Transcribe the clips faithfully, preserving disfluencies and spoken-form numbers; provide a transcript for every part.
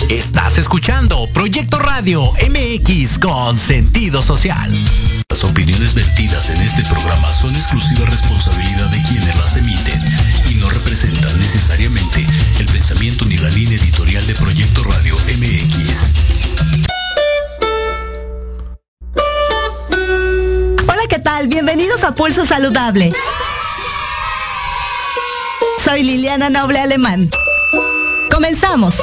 Estás escuchando Proyecto Radio M X con sentido social. Las opiniones vertidas en este programa son exclusiva responsabilidad de quienes las emiten y no representan necesariamente el pensamiento ni la línea editorial de Proyecto Radio M X. Hola, ¿qué tal? Bienvenidos a Pulso Saludable. Soy Liliana Noble Alemán. Comenzamos.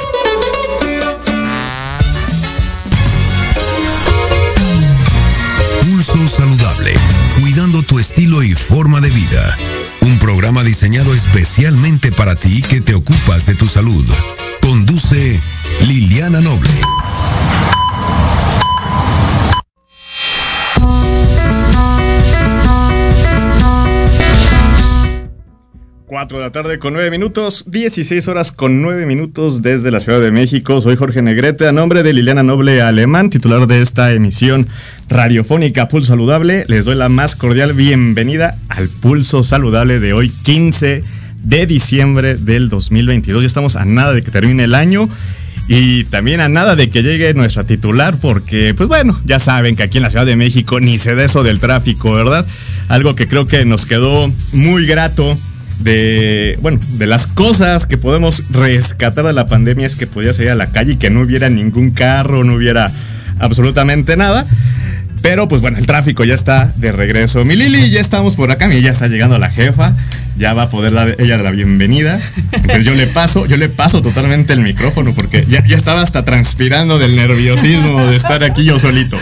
Pulso Saludable, cuidando tu estilo y forma de vida. Un programa diseñado especialmente para ti que te ocupas de tu salud. Conduce Liliana Noble. cuatro de la tarde con nueve minutos, dieciséis horas con nueve minutos desde la Ciudad de México. Soy Jorge Negrete, a nombre de Liliana Noble Alemán, titular de esta emisión radiofónica Pulso Saludable. Les doy la más cordial bienvenida al Pulso Saludable de hoy, quince de diciembre del dos mil veintidós. Ya estamos a nada de que termine el año y también a nada de que llegue nuestra titular, porque, pues bueno, ya saben que aquí en la Ciudad de México ni se da eso del tráfico, ¿verdad? Algo que creo que nos quedó muy grato de, bueno, de las cosas que podemos rescatar de la pandemia es que podías salir a la calle y que no hubiera ningún carro, no hubiera absolutamente nada. Pero pues bueno, el tráfico ya está de regreso. Mi Lili, ya estamos por acá, ya está llegando la jefa, ya va a poder dar ella la bienvenida. Entonces yo le paso, yo le paso totalmente el micrófono porque ya, ya estaba hasta transpirando del nerviosismo de estar aquí yo solito.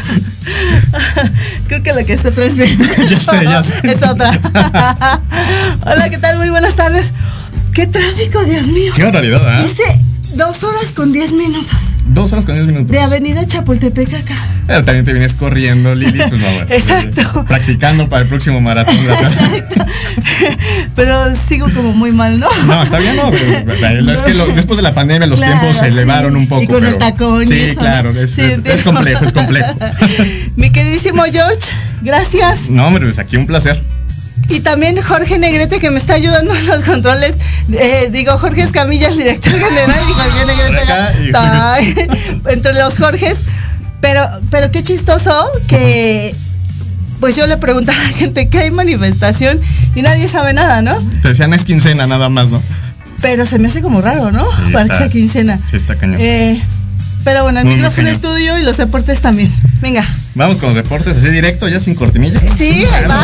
Creo que lo que está transpirando ya sé, ya sé. es otra. Hola, ¿qué tal? Muy buenas tardes. ¡Qué tráfico, Dios mío! ¡Qué barbaridad! ¿eh? Dice dos horas con diez minutos. Dos horas con diez minutos. De Avenida Chapultepec acá. Pero también te vienes corriendo, Lili. Pues no, bueno, exacto. Practicando para el próximo maratón. Exacto. Pero sigo como muy mal, ¿no? No, está bien, no. Pero, no. Es que lo, después de la pandemia los claro, tiempos se sí. elevaron un poco. Y con pero, el tacón. Sí, y eso, claro. Es, sí, es, es complejo, es complejo. Mi queridísimo George, gracias. No, hombre, pues aquí un placer. Y también Jorge Negrete, que me está ayudando en los controles. Eh, digo, Jorge Escamilla, el director general, y Jorge Negrete. Ay, entre los Jorges. Pero, pero qué chistoso que pues yo le preguntaba a la gente que hay manifestación y nadie sabe nada, ¿no? Te decían es quincena nada más, ¿no? Pero se me hace como raro, ¿no? Sí, para que sea quincena. Sí, está cañón. Eh, pero bueno, el muy micrófono estudio y los deportes también. Venga. Vamos con los deportes así directo, ya sin cortinilla. Sí, va.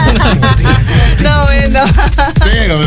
No, bueno. Pero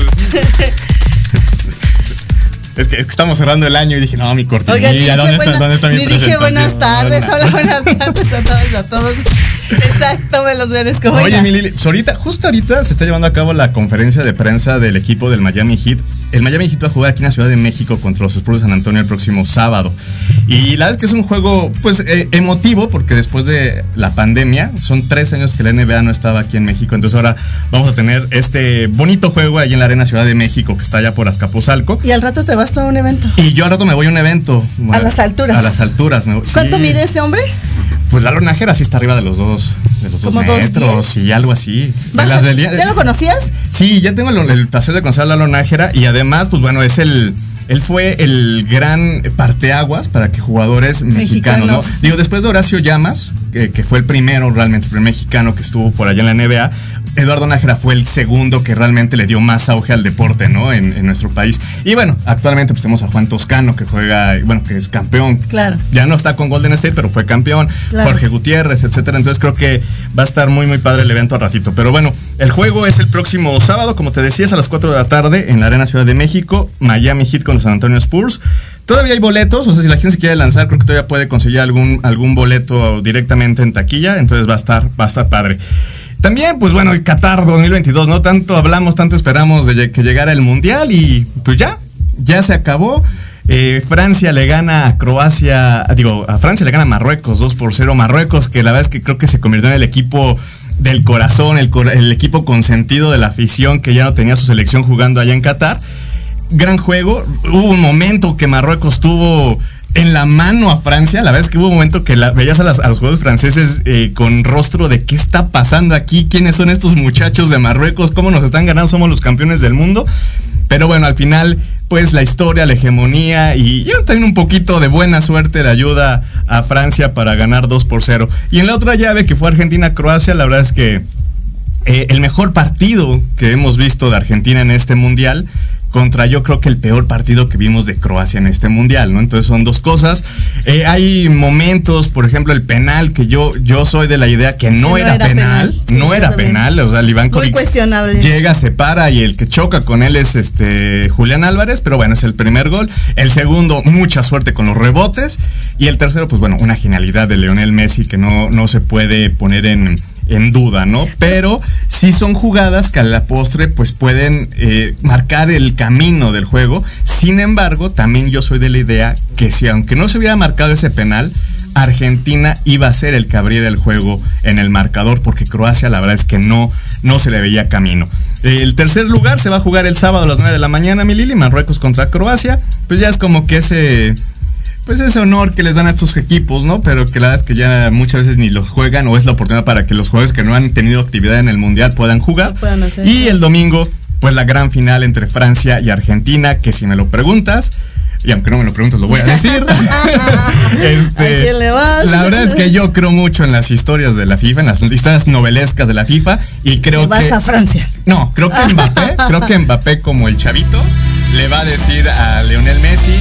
es que estamos cerrando el año y dije, no, mi cortinilla, Oiga, ¿dónde, buena, está, ¿dónde está mi ni presentación? Dije buenas tardes, hola, buenas tardes a todos, a todos. Exacto, me los merezco. Oye, mi Lili, ahorita, justo ahorita se está llevando a cabo la conferencia de prensa del equipo del Miami Heat. El Miami Heat va a jugar aquí en la Ciudad de México contra los Spurs de San Antonio el próximo sábado. Y la verdad es que es un juego, pues, eh, emotivo, porque después de la pandemia, son tres años que la N B A no estaba aquí en México. Entonces ahora vamos a tener este bonito juego ahí en la Arena Ciudad de México, que está allá por Azcapotzalco. Y al rato te vas a un evento. Y yo al rato me voy a un evento. A las alturas. A las alturas. Me voy. ¿Cuánto sí. mide este hombre? Pues Lalo Nájera sí está arriba de los dos, de los dos metros y algo así. De las del día, ¿Ya lo conocías? Sí, ya tengo el, el placer de conocer a Lalo Nájera y además, pues bueno, es el... Él fue el gran parteaguas para que jugadores mexicanos, mexicanos. ¿no? Digo, después de Horacio Llamas, que, que fue el primero realmente, el primer mexicano que estuvo por allá en la N B A, Eduardo Nájera fue el segundo que realmente le dio más auge al deporte, ¿no? En, en nuestro país. Y bueno, actualmente pues tenemos a Juan Toscano, que juega, bueno, que es campeón. Claro. Ya no está con Golden State, pero fue campeón. Claro. Jorge Gutiérrez, etcétera. Entonces creo que va a estar muy, muy padre el evento al ratito. Pero bueno, el juego es el próximo sábado, como te decía, es a las cuatro de la tarde en la Arena Ciudad de México. Miami Heat con los San Antonio Spurs. Todavía hay boletos, o sea, si la gente se quiere lanzar, creo que todavía puede conseguir algún, algún boleto directamente en taquilla, entonces va a estar, va a estar padre. También, pues bueno, Qatar dos mil veintidós, ¿no? Tanto hablamos, tanto esperamos de que llegara el Mundial y pues ya, ya se acabó. Eh, Francia le gana a Croacia, digo, a Francia le gana a Marruecos dos por cero. Marruecos, que la verdad es que creo que se convirtió en el equipo del corazón, el, el equipo consentido de la afición que ya no tenía su selección jugando allá en Qatar. Gran juego. Hubo un momento que Marruecos tuvo en la mano a Francia. La verdad es que hubo un momento que la, veías a, las, a los jugadores franceses eh, con rostro de ¿qué está pasando aquí? ¿Quiénes son estos muchachos de Marruecos? ¿Cómo nos están ganando? Somos los campeones del mundo. Pero bueno, al final pues la historia, la hegemonía y yo también un poquito de buena suerte le ayuda a Francia para ganar dos por cero. Y en la otra llave que fue Argentina-Croacia, la verdad es que eh, el mejor partido que hemos visto de Argentina en este mundial contra yo creo que el peor partido que vimos de Croacia en este mundial, ¿no? Entonces son dos cosas. Eh, hay momentos, por ejemplo, el penal, que yo, yo soy de la idea que no, no era, era penal, penal. Sí, no era también. penal, o sea, Livakovic llega, se para y el que choca con él es este Julián Álvarez, pero bueno, es el primer gol. El segundo, mucha suerte con los rebotes. Y el tercero, pues bueno, una genialidad de Lionel Messi que no, no se puede poner en... en duda, ¿no? Pero sí son jugadas que a la postre pues pueden eh, marcar el camino del juego. Sin embargo, también yo soy de la idea que si aunque no se hubiera marcado ese penal, Argentina iba a ser el que abriera el juego en el marcador, porque Croacia la verdad es que no, no se le veía camino. El tercer lugar se va a jugar el sábado a las nueve de la mañana, mi Lili, Marruecos contra Croacia. Pues ya es como que ese... pues ese honor que les dan a estos equipos, ¿no? Pero que la verdad es que ya muchas veces ni los juegan o es la oportunidad para que los jugadores que no han tenido actividad en el Mundial puedan jugar. Puedan hacer, y el domingo, pues la gran final entre Francia y Argentina, que si me lo preguntas, y aunque no me lo preguntes lo voy a decir. este, ¿A quién le vas? La verdad es que yo creo mucho en las historias de la FIFA, en las historias novelescas de la FIFA, y creo vas que... vas a Francia. No, creo que Mbappé, creo que Mbappé como el chavito, le va a decir a Lionel Messi: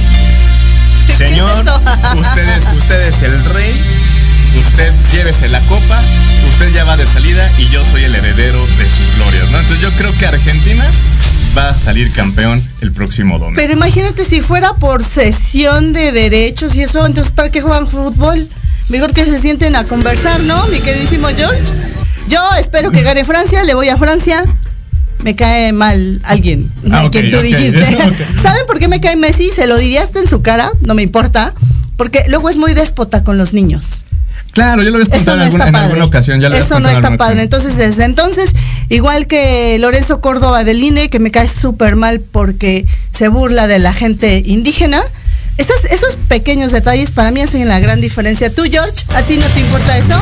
señor, usted es, usted es el rey, usted llévese la copa, usted ya va de salida y yo soy el heredero de sus glorias, ¿no? Entonces yo creo que Argentina va a salir campeón el próximo domingo. Pero imagínate si fuera por cesión de derechos y eso, entonces ¿para qué juegan fútbol? Mejor que se sienten a conversar, ¿no, mi queridísimo George? Yo espero que gane Francia, le voy a Francia. Me cae mal alguien, ah, okay, quien tú okay, dijiste. okay. ¿Saben por qué me cae Messi? Se lo diría hasta en su cara, no me importa, porque luego es muy déspota con los niños. Claro, yo lo había contado no en, alguna, en alguna ocasión. Ya lo Eso no está padre. Entonces, desde entonces, igual que Lorenzo Córdoba del I N E, que me cae súper mal porque se burla de la gente indígena. Esos, esos pequeños detalles para mí hacen la gran diferencia. ¿Tú, George? ¿A ti no te importa eso?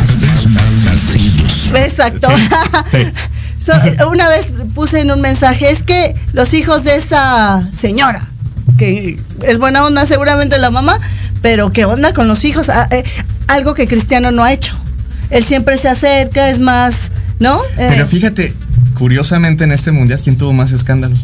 Exacto. Sí, sí. So, una vez puse en un mensaje, es que los hijos de esa señora, que es buena onda seguramente la mamá, pero qué onda con los hijos, ah, eh, algo que Cristiano no ha hecho. Él siempre se acerca, es más, ¿no? Eh, pero fíjate, curiosamente en este mundial, ¿quién tuvo más escándalos?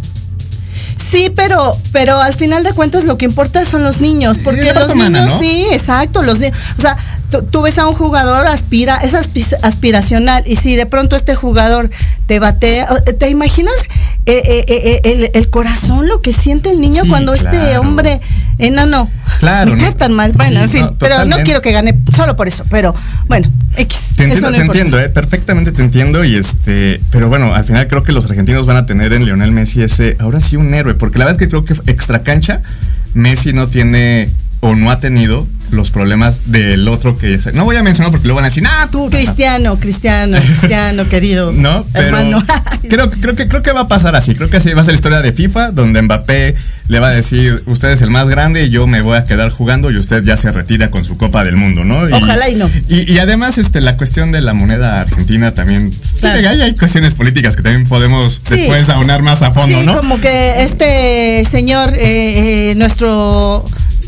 Sí, pero pero al final de cuentas lo que importa son los niños, porque los humana, niños, ¿no? Sí, exacto, los niños, o sea, tú, tú ves a un jugador, aspira, es aspiracional, y si de pronto este jugador te batea, ¿te imaginas eh, eh, eh, el, el corazón, lo que siente el niño sí, cuando claro. este hombre enano claro, me cae no. tan mal? Bueno, sí, en fin, no, pero no quiero que gane solo por eso, pero bueno, X. Te entiendo, no te entiendo, eh, perfectamente te entiendo, y este, pero bueno, al final creo que los argentinos van a tener en Lionel Messi ese, ahora sí un héroe, porque la verdad es que creo que extra cancha, Messi no tiene o no ha tenido los problemas del otro que es, no voy a mencionar porque luego van a decir, ah, tú. Cristiano, Cristiano, Cristiano, querido. No, pero hermano. creo, creo, que, creo que va a pasar así. Creo que así va a ser la historia de FIFA, donde Mbappé le va a decir, usted es el más grande y yo me voy a quedar jugando y usted ya se retira con su Copa del Mundo, ¿no? Y, ojalá y no. Y, y además, este, la cuestión de la moneda argentina también, claro. hay, hay cuestiones políticas que también podemos sí. después aunar más a fondo, sí, ¿no? Como que este señor, eh, eh, nuestro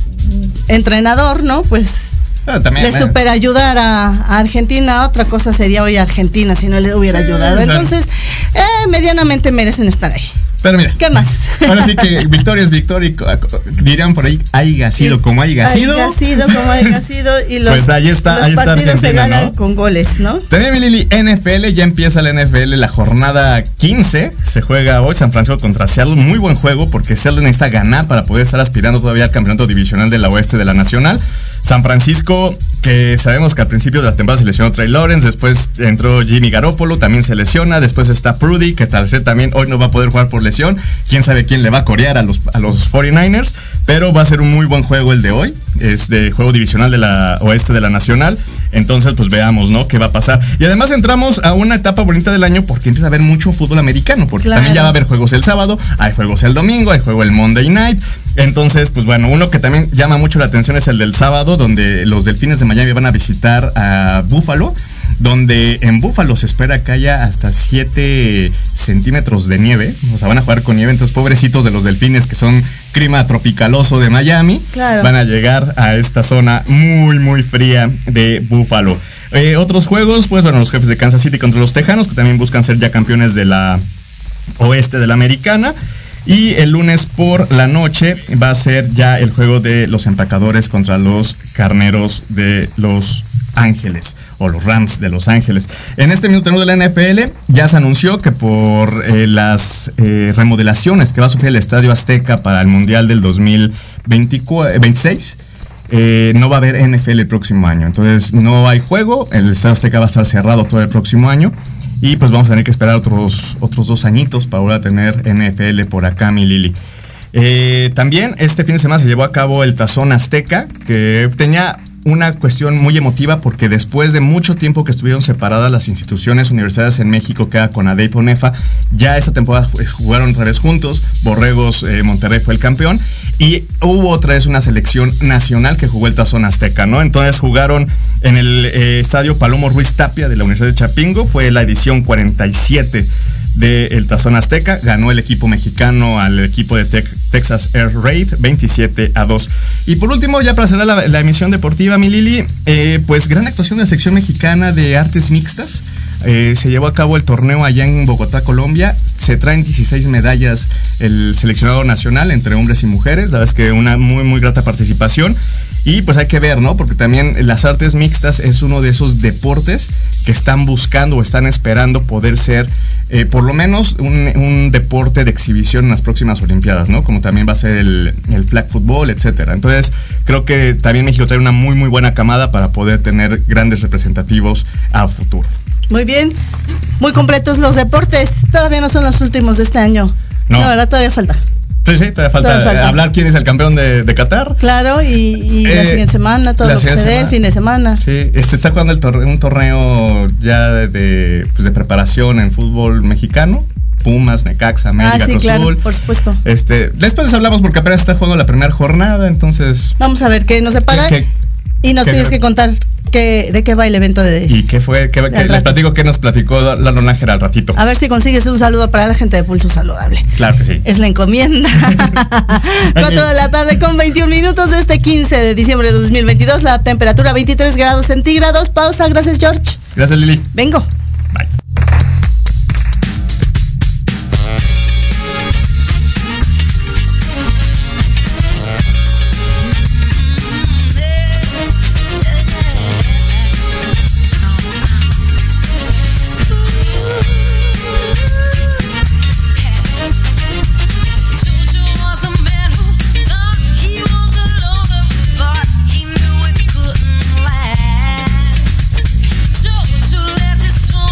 entrenador, ¿no? Pues ah, también, le super ayudar a, a Argentina. Otra cosa sería hoy Argentina si no le hubiera sí, ayudado. Entonces, eh, medianamente merecen estar ahí. Pero mira, ¿qué más? Ahora sí que victoria es victoria, dirían por ahí, haya sido sí, como haya sido. Haya sido como haya sido. Y los, pues ahí está, los ahí está partidos Argentina, se ganan ¿no? con goles, ¿no? También, mi Lili, N F L, ya empieza la N F L, la jornada quince, se juega hoy San Francisco contra Seattle, muy buen juego porque Seattle necesita ganar para poder estar aspirando todavía al campeonato divisional de la oeste de la nacional. San Francisco, que sabemos que al principio de la temporada se lesionó Trey Lawrence, después entró Jimmy Garoppolo, también se lesiona, después está Purdy, que tal vez también hoy no va a poder jugar por lesión, quién sabe quién le va a corear a los, a los cuarenta y nueve ers, pero va a ser un muy buen juego el de hoy, es de juego divisional de la oeste de la nacional, entonces pues veamos, ¿no? ¿Qué va a pasar? Y además entramos a una etapa bonita del año porque empieza a haber mucho fútbol americano, porque claro. también ya va a haber juegos el sábado, hay juegos el domingo, hay juego el Monday Night, entonces pues bueno, uno que también llama mucho la atención es el del sábado, donde los Delfines de Miami van a visitar a Buffalo. donde en Buffalo se espera que haya hasta siete centímetros de nieve. O sea, van a jugar con nieve, entonces pobrecitos de los Delfines, que son clima tropicaloso de Miami, claro, van a llegar a esta zona muy, muy fría de Buffalo. Eh, otros juegos, pues bueno, los Jefes de Kansas City contra los Tejanos, que también buscan ser ya campeones de la oeste de la Americana. Y el lunes por la noche va a ser ya el juego de los Empacadores contra los Carneros de Los Ángeles, o los Rams de Los Ángeles. En este minuto de la N F L ya se anunció que por eh, las eh, remodelaciones que va a sufrir el Estadio Azteca para el Mundial del dos mil veintiséis, eh, no va a haber N F L el próximo año. Entonces no hay juego, el Estadio Azteca va a estar cerrado todo el próximo año. Y pues vamos a tener que esperar otros, otros dos añitos para volver a tener N F L por acá, mi Lili. Eh, también este fin de semana se llevó a cabo el Tazón Azteca, que tenía una cuestión muy emotiva porque después de mucho tiempo que estuvieron separadas las instituciones universitarias en México, que era CONADE y PONEFA, ya esta temporada jugaron otra vez juntos. Borregos eh, Monterrey fue el campeón y hubo otra vez una selección nacional que jugó el Tazón Azteca, ¿no? Entonces jugaron en el eh, estadio Palomo Ruiz Tapia de la Universidad de Chapingo, fue la edición cuarenta y siete del Tazón Azteca, ganó el equipo mexicano al equipo de Te- Texas Air Raid veintisiete a dos. Y por último, ya para cerrar la, la emisión deportiva, mi Lili, eh, pues gran actuación de la sección mexicana de artes mixtas. Eh, se llevó a cabo el torneo allá en Bogotá, Colombia. Se traen dieciséis medallas el seleccionado nacional entre hombres y mujeres. La verdad es que una muy, muy grata participación. Y pues hay que ver, ¿no? Porque también las artes mixtas es uno de esos deportes que están buscando o están esperando poder ser eh, por lo menos un, un deporte de exhibición en las próximas Olimpiadas, ¿no? Como también va a ser el, el flag football, etcétera. Entonces creo que también México trae una muy, muy buena camada para poder tener grandes representativos a futuro. Muy bien, muy completos los deportes. Todavía no son los últimos de este año. No, la verdad todavía falta. Sí, sí, todavía falta, todavía falta hablar quién es el campeón de, de Qatar. Claro, y, y eh, la siguiente semana, todo lo que se dé, el fin de semana. Sí, este, está jugando el torre, un torneo ya de, de, pues de preparación en fútbol mexicano. Pumas, Necaxa, América, ah, sí, Cruz claro, Azul. Por supuesto. Este, después les hablamos porque apenas está jugando la primera jornada, entonces. Vamos a ver qué nos separa. ¿Qué, qué, y nos qué, tienes que contar qué, de qué va el evento de. ¿Y qué fue? Qué, qué, les platico qué nos platicó Lalo Nájera al ratito. A ver si consigues un saludo para la gente de Pulso Saludable. Claro que sí. Es la encomienda. cuatro de la tarde con veintiún minutos de este quince de diciembre de dos mil veintidós. La temperatura veintitrés grados centígrados. Pausa. Gracias, George. Gracias, Lili. Vengo. Bye. Jojo left his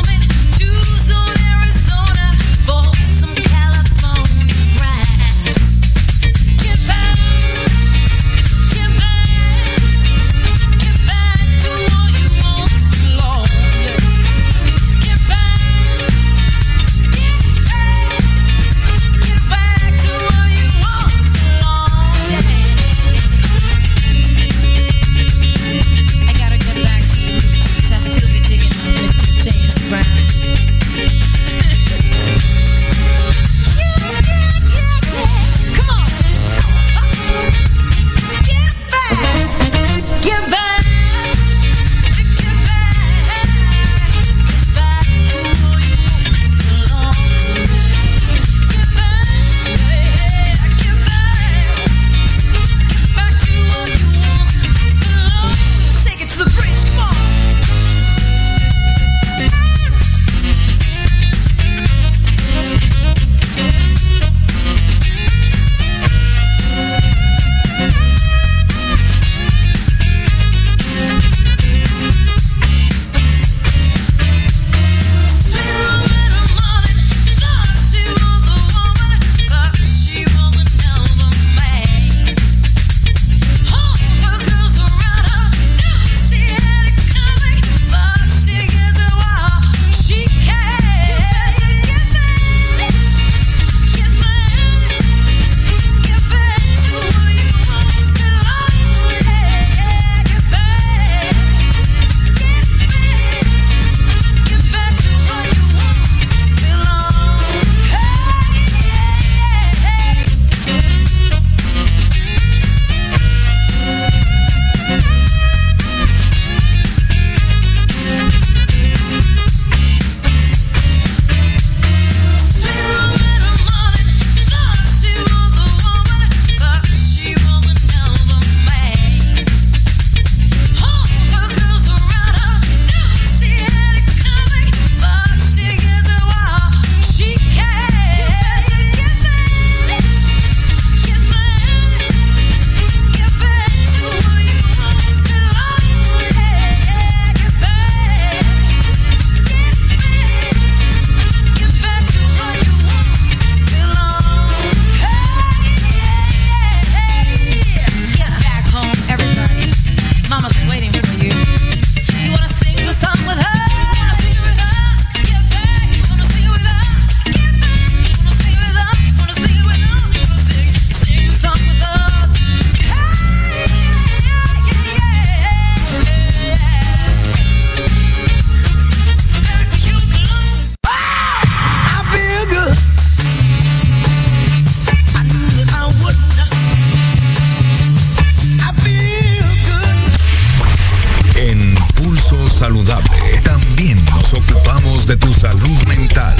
saludable, también nos ocupamos de tu salud mental.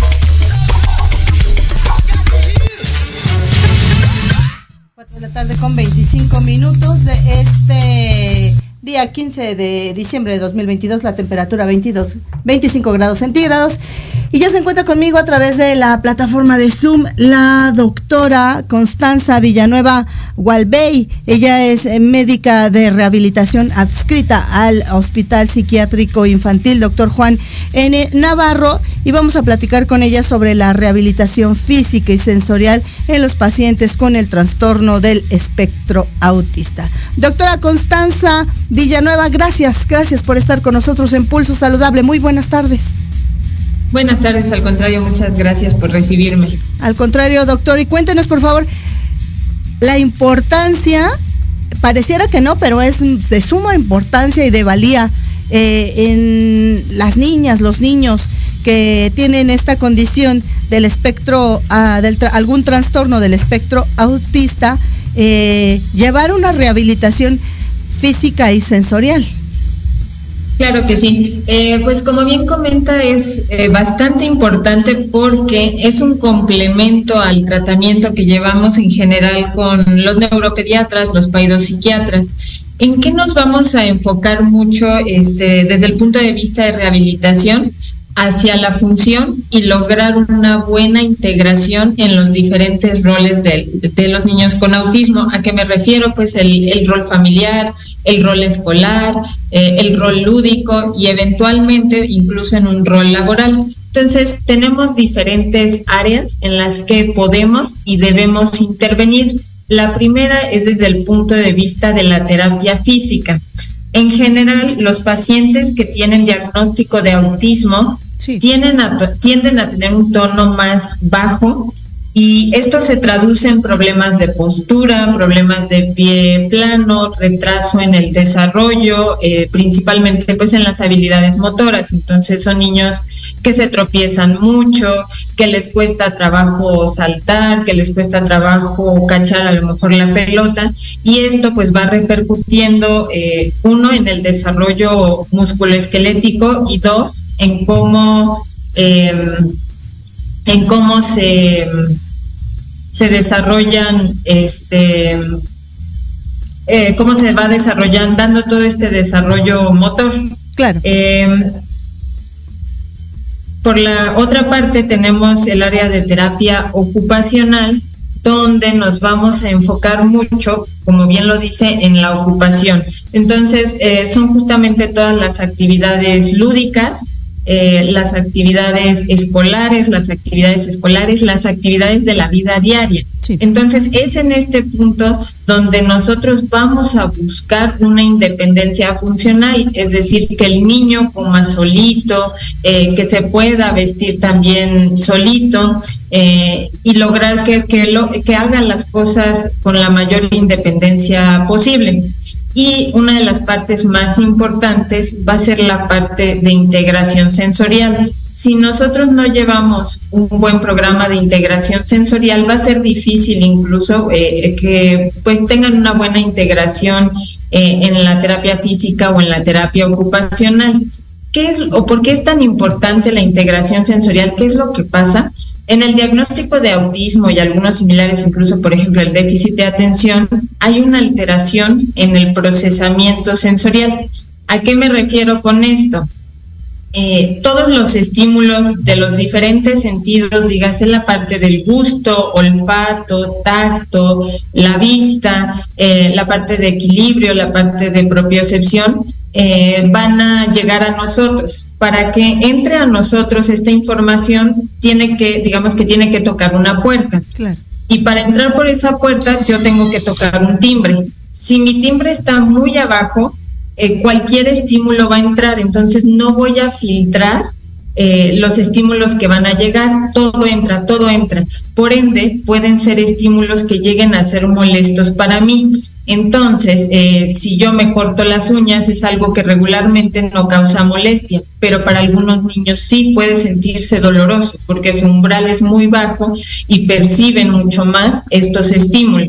cuatro de la tarde con veinticinco minutos de este día quince de diciembre de dos mil veintidós, la temperatura veintidós, veinticinco grados centígrados. Y ya se encuentra conmigo a través de la plataforma de Zoom la doctora Constanza Villanueva Gualbey. Ella es médica de rehabilitación adscrita al Hospital Psiquiátrico Infantil Doctor Juan N. Navarro, y vamos a platicar con ella sobre la rehabilitación física y sensorial en los pacientes con el trastorno del espectro autista. Doctora Constanza Villanueva, gracias, gracias por estar con nosotros en Pulso Saludable. Muy buenas tardes. Buenas tardes, al contrario, muchas gracias por recibirme. Al contrario, doctor, y cuéntenos, por favor, la importancia, pareciera que no, pero es de suma importancia y de valía eh, en las niñas, los niños que tienen esta condición del espectro, uh, del tra- algún trastorno del espectro autista, eh, llevar una rehabilitación física y sensorial. Claro que sí, eh, pues como bien comenta es eh, bastante importante porque es un complemento al tratamiento que llevamos en general con los neuropediatras, los paidopsiquiatras. ¿En qué nos vamos a enfocar mucho este, desde el punto de vista de rehabilitación? Hacia la función y lograr una buena integración en los diferentes roles de, de los niños con autismo. ¿A qué me refiero? Pues el, el rol familiar, el rol escolar, eh, el rol lúdico y eventualmente incluso en un rol laboral. Entonces tenemos diferentes áreas en las que podemos y debemos intervenir. La primera es desde el punto de vista de la terapia física. En general, los pacientes que tienen diagnóstico de autismo sí. tienden, a, tienden a tener un tono más bajo, y esto se traduce en problemas de postura, problemas de pie plano, retraso en el desarrollo, eh, principalmente pues en las habilidades motoras. Entonces son niños que se tropiezan mucho, que les cuesta trabajo saltar, que les cuesta trabajo cachar a lo mejor la pelota, y esto pues va repercutiendo, eh, uno, en el desarrollo musculoesquelético, y dos, en cómo eh, en cómo se, se desarrollan, este, eh, cómo se va desarrollando, dando todo este desarrollo motor. Claro. Eh, por la otra parte tenemos el área de terapia ocupacional, donde nos vamos a enfocar mucho, como bien lo dice, en la ocupación. Entonces, eh, son justamente todas las actividades lúdicas, Eh, las actividades escolares, las actividades escolares, las actividades de la vida diaria. Sí. Entonces, es en este punto donde nosotros vamos a buscar una independencia funcional, es decir, que el niño coma solito, eh, que se pueda vestir también solito, eh, y lograr que, que, lo, que haga las cosas con la mayor independencia posible. Y una de las partes más importantes va a ser la parte de integración sensorial. Si nosotros no llevamos un buen programa de integración sensorial, va a ser difícil incluso eh, que pues tengan una buena integración eh, en la terapia física o en la terapia ocupacional. ¿Qué es o por qué es tan importante la integración sensorial? ¿Qué es lo que pasa? En el diagnóstico de autismo y algunos similares, incluso por ejemplo el déficit de atención, hay una alteración en el procesamiento sensorial. ¿A qué me refiero con esto? Eh, todos los estímulos de los diferentes sentidos, dígase la parte del gusto, olfato, tacto, la vista, eh, la parte de equilibrio, la parte de propiocepción, eh, van a llegar a nosotros. Para que entre a nosotros esta información, tiene que, digamos que tiene que tocar una puerta. Claro. Y para entrar por esa puerta, yo tengo que tocar un timbre. Si mi timbre está muy abajo, eh, cualquier estímulo va a entrar, entonces no voy a filtrar eh, los estímulos que van a llegar, todo entra, todo entra. Por ende, pueden ser estímulos que lleguen a ser molestos para mí. Entonces, eh, si yo me corto las uñas, es algo que regularmente no causa molestia, pero para algunos niños sí puede sentirse doloroso porque su umbral es muy bajo y perciben mucho más estos estímulos.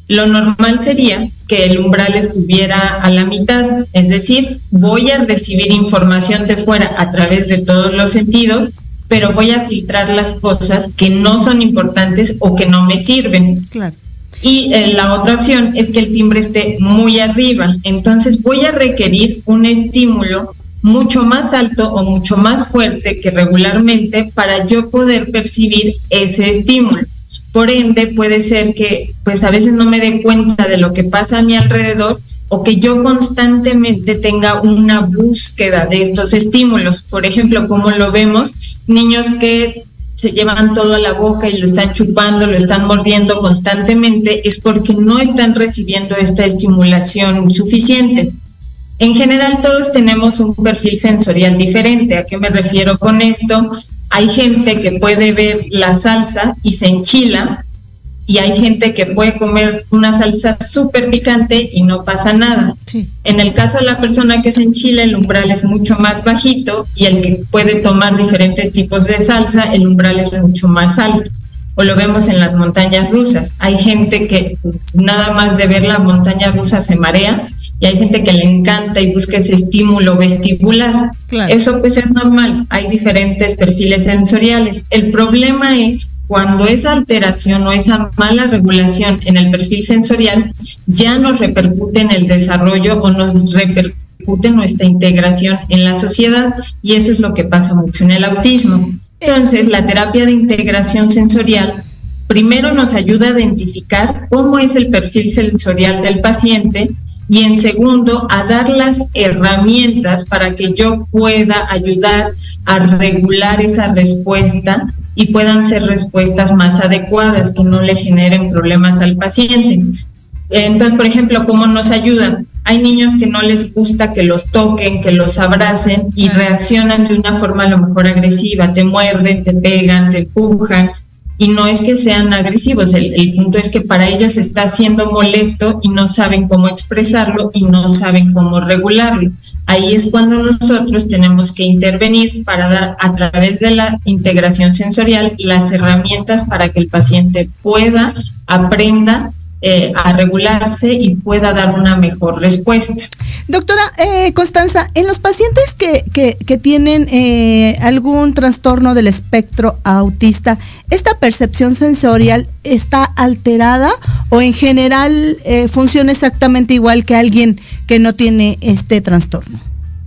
Lo normal sería que el umbral estuviera a la mitad, es decir, voy a recibir información de fuera a través de todos los sentidos, pero voy a filtrar las cosas que no son importantes o que no me sirven. Claro. Y eh, la otra opción es que el timbre esté muy arriba, entonces voy a requerir un estímulo mucho más alto o mucho más fuerte que regularmente para yo poder percibir ese estímulo. Por ende, puede ser que pues a veces no me dé cuenta de lo que pasa a mi alrededor o que yo constantemente tenga una búsqueda de estos estímulos. Por ejemplo, como lo vemos, niños que se llevan todo a la boca y lo están chupando, lo están mordiendo constantemente, es porque no están recibiendo esta estimulación suficiente. En general, todos tenemos un perfil sensorial diferente. ¿A qué me refiero con esto? Hay gente que puede ver la salsa y se enchila, y hay gente que puede comer una salsa súper picante y no pasa nada. Sí. En el caso de la persona que se enchila, el umbral es mucho más bajito, y el que puede tomar diferentes tipos de salsa, el umbral es mucho más alto. O lo vemos en las montañas rusas. Hay gente que nada más de ver la montaña rusa se marea, y hay gente que le encanta y busca ese estímulo vestibular. Claro. Eso pues es normal, hay diferentes perfiles sensoriales. El problema es cuando esa alteración o esa mala regulación en el perfil sensorial ya nos repercute en el desarrollo o nos repercute en nuestra integración en la sociedad, y eso es lo que pasa mucho en el autismo. Entonces, la terapia de integración sensorial primero nos ayuda a identificar cómo es el perfil sensorial del paciente, y en segundo, a dar las herramientas para que yo pueda ayudar a regular esa respuesta y puedan ser respuestas más adecuadas, que no le generen problemas al paciente. Entonces, por ejemplo, ¿cómo nos ayuda? Hay niños que no les gusta que los toquen, que los abracen, y reaccionan de una forma a lo mejor agresiva, te muerden, te pegan, te empujan. Y no es que sean agresivos, el, el punto es que para ellos está siendo molesto y no saben cómo expresarlo y no saben cómo regularlo. Ahí es cuando nosotros tenemos que intervenir para dar, a través de la integración sensorial, las herramientas para que el paciente pueda, aprenda eh, a regularse y pueda dar una mejor respuesta. Doctora eh, Constanza, en los pacientes que, que, que tienen eh, algún trastorno del espectro autista, ¿esta percepción sensorial está alterada o en general eh, funciona exactamente igual que alguien que no tiene este trastorno?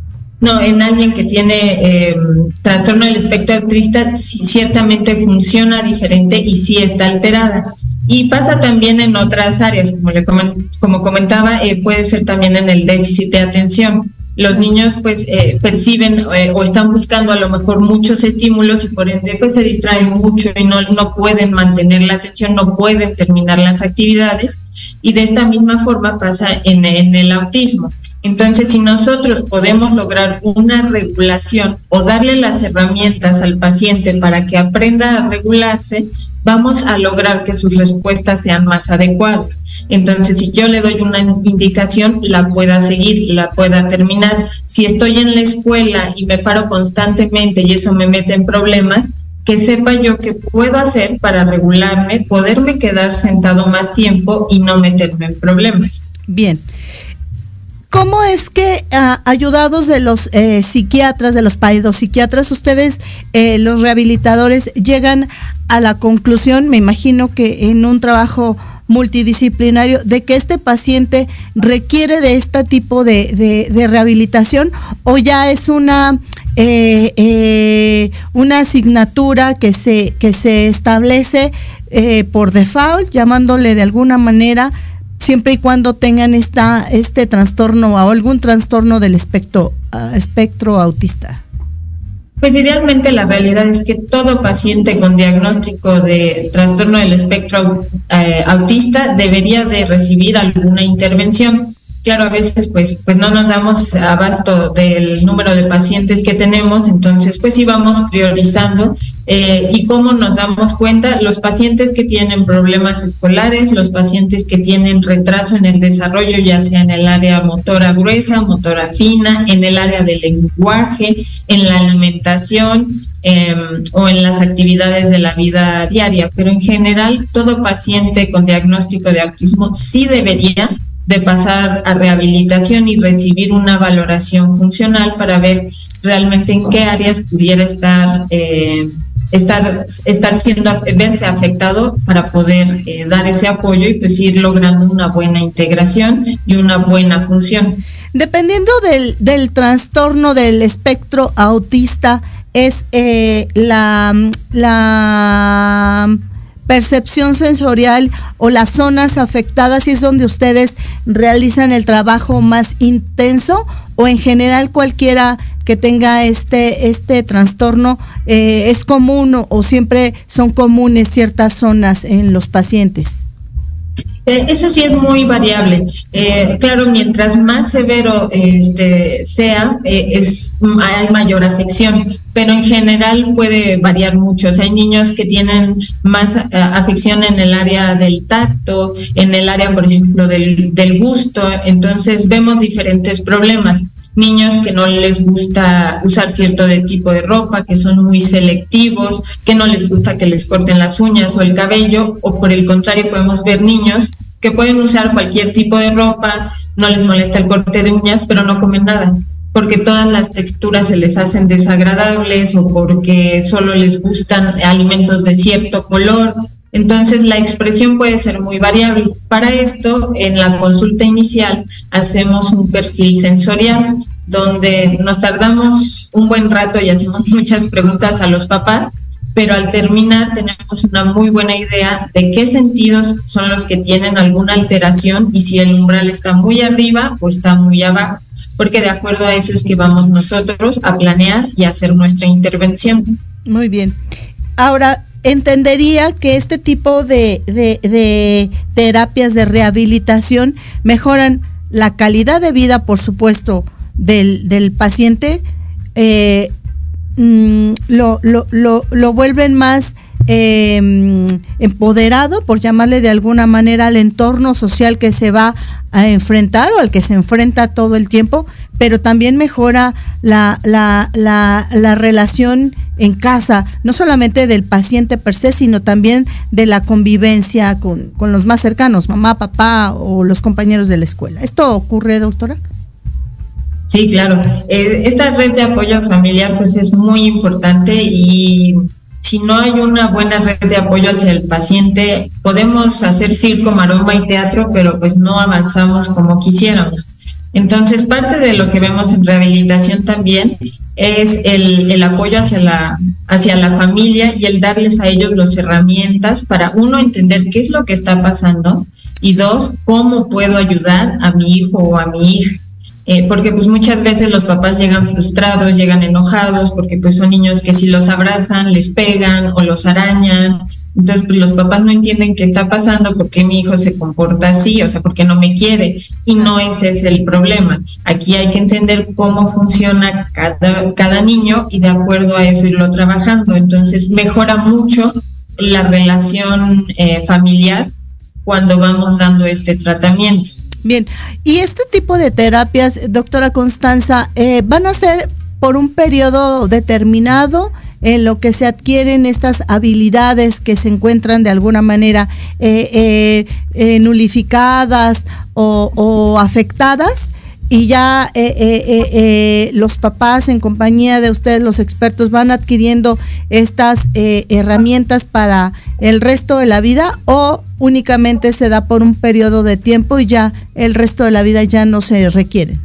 No, en alguien que tiene eh, trastorno del espectro autista sí, ciertamente funciona diferente y sí está alterada. Y pasa también en otras áreas, como le comen, como comentaba, eh, puede ser también en el déficit de atención. Los niños pues eh, perciben eh, o están buscando a lo mejor muchos estímulos y por ende pues se distraen mucho y no, no pueden mantener la atención, no pueden terminar las actividades, y de esta misma forma pasa en, en el autismo. Entonces, si nosotros podemos lograr una regulación o darle las herramientas al paciente para que aprenda a regularse, vamos a lograr que sus respuestas sean más adecuadas. Entonces, si yo le doy una indicación, la pueda seguir, la pueda terminar. Si estoy en la escuela y me paro constantemente y eso me mete en problemas, que sepa yo qué puedo hacer para regularme, poderme quedar sentado más tiempo y no meterme en problemas. Bien. ¿Cómo es que uh, ayudados de los eh, psiquiatras, de los psiquiatras, ustedes, eh, los rehabilitadores, llegan a la conclusión, me imagino que en un trabajo multidisciplinario, de que este paciente requiere de este tipo de, de, de rehabilitación, o ya es una eh, eh, una asignatura que se que se establece eh, por default, llamándole de alguna manera, siempre y cuando tengan esta este trastorno o algún trastorno del espectro uh, espectro autista? Pues idealmente la realidad es que todo paciente con diagnóstico de trastorno del espectro eh, autista debería de recibir alguna intervención. Claro, a veces pues, pues no nos damos abasto del número de pacientes que tenemos, entonces pues sí vamos priorizando. Eh, ¿Y cómo nos damos cuenta? Los pacientes que tienen problemas escolares, los pacientes que tienen retraso en el desarrollo, ya sea en el área motora gruesa, motora fina, en el área del lenguaje, en la alimentación, Eh, o en las actividades de la vida diaria, pero en general todo paciente con diagnóstico de autismo sí debería de pasar a rehabilitación y recibir una valoración funcional para ver realmente en qué áreas pudiera estar eh, estar estar siendo verse afectado para poder eh, dar ese apoyo y pues ir logrando una buena integración y una buena función. Dependiendo del, del trastorno del espectro autista, es eh, la, la percepción sensorial o las zonas afectadas, y es donde ustedes realizan el trabajo más intenso, o en general cualquiera que tenga este, este trastorno eh, es común o, o siempre son comunes ciertas zonas en los pacientes. Eso sí es muy variable. Eh, claro, mientras más severo este, sea, eh, es hay mayor afección, pero en general puede variar mucho. O sea, hay niños que tienen más uh, afección en el área del tacto, en el área, por ejemplo, del, del gusto. Entonces vemos diferentes problemas. Niños que no les gusta usar cierto de tipo de ropa, que son muy selectivos, que no les gusta que les corten las uñas o el cabello, o por el contrario podemos ver niños que pueden usar cualquier tipo de ropa, no les molesta el corte de uñas, pero no comen nada, porque todas las texturas se les hacen desagradables o porque solo les gustan alimentos de cierto color. Entonces la expresión puede ser muy variable. Para esto, en la consulta inicial hacemos un perfil sensorial donde nos tardamos un buen rato y hacemos muchas preguntas a los papás, pero al terminar tenemos una muy buena idea de qué sentidos son los que tienen alguna alteración y si el umbral está muy arriba o está muy abajo, porque de acuerdo a eso es que vamos nosotros a planear y hacer nuestra intervención. Muy bien. Ahora, entendería que este tipo de, de, de terapias de rehabilitación mejoran la calidad de vida, por supuesto, del, del paciente, eh, mm, lo, lo, lo, lo vuelven más eh, empoderado, por llamarle de alguna manera, al entorno social que se va a enfrentar o al que se enfrenta todo el tiempo, pero también mejora la, la, la, la relación en casa, no solamente del paciente per se, sino también de la convivencia con, con los más cercanos, mamá, papá o los compañeros de la escuela. ¿Esto ocurre, doctora? Sí, claro. Eh, esta red de apoyo familiar pues es muy importante, y si no hay una buena red de apoyo hacia el paciente, podemos hacer circo, maroma y teatro, pero pues no avanzamos como quisiéramos. Entonces, parte de lo que vemos en rehabilitación también es el, el apoyo hacia la, hacia la familia y el darles a ellos las herramientas para, uno, entender qué es lo que está pasando, y dos, cómo puedo ayudar a mi hijo o a mi hija. Eh, porque pues muchas veces los papás llegan frustrados, llegan enojados, porque pues son niños que si los abrazan, les pegan o los arañan. Entonces pues, los papás no entienden qué está pasando, por qué mi hijo se comporta así, o sea, por qué no me quiere, y no ese es el problema. Aquí hay que entender cómo funciona cada, cada niño y de acuerdo a eso irlo trabajando. Entonces mejora mucho la relación eh, familiar cuando vamos dando este tratamiento. Bien, y este tipo de terapias, doctora Constanza, eh, ¿van a ser por un periodo determinado en lo que se adquieren estas habilidades que se encuentran de alguna manera eh, eh, eh, nulificadas o, o afectadas? Y ya eh, eh, eh, eh, los papás, en compañía de ustedes, los expertos, van adquiriendo estas eh, herramientas para el resto de la vida, o únicamente se da por un periodo de tiempo y ya el resto de la vida ya no se requieren.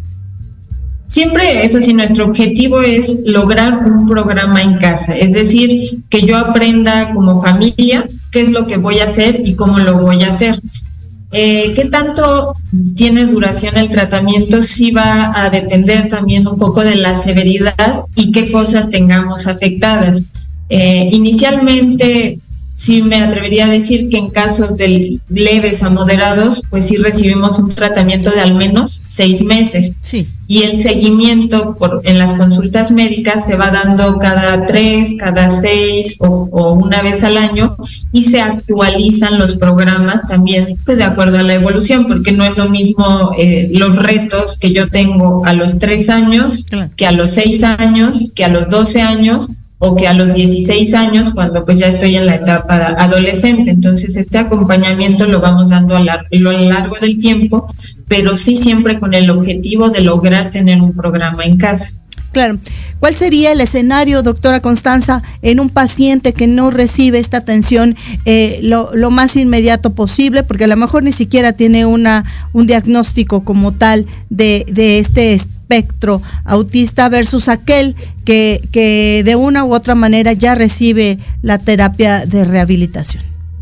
Siempre, eso sí, nuestro objetivo es lograr un programa en casa, es decir, que yo aprenda como familia qué es lo que voy a hacer y cómo lo voy a hacer. Eh, ¿Qué tanto tiene duración el tratamiento? Sí va a depender también un poco de la severidad y qué cosas tengamos afectadas. Eh, inicialmente sí me atrevería a decir que en casos de leves a moderados, pues sí recibimos un tratamiento de al menos seis meses. Sí. Y el seguimiento por, en las consultas médicas se va dando cada tres, cada seis o, o una vez al año, y se actualizan los programas también, pues de acuerdo a la evolución, porque no es lo mismo eh, los retos que yo tengo a los tres años, claro, que a los seis años, que a los doce años, o que a los dieciséis años, cuando pues ya estoy en la etapa adolescente. Entonces este acompañamiento lo vamos dando a, lar- a lo largo del tiempo, pero sí siempre con el objetivo de lograr tener un programa en casa. Claro. ¿Cuál sería el escenario, doctora Constanza, en un paciente que no recibe esta atención eh, lo, lo más inmediato posible? Porque a lo mejor ni siquiera tiene una un diagnóstico como tal de, de este espectro autista versus aquel que, que de una u otra manera ya recibe la terapia de rehabilitación.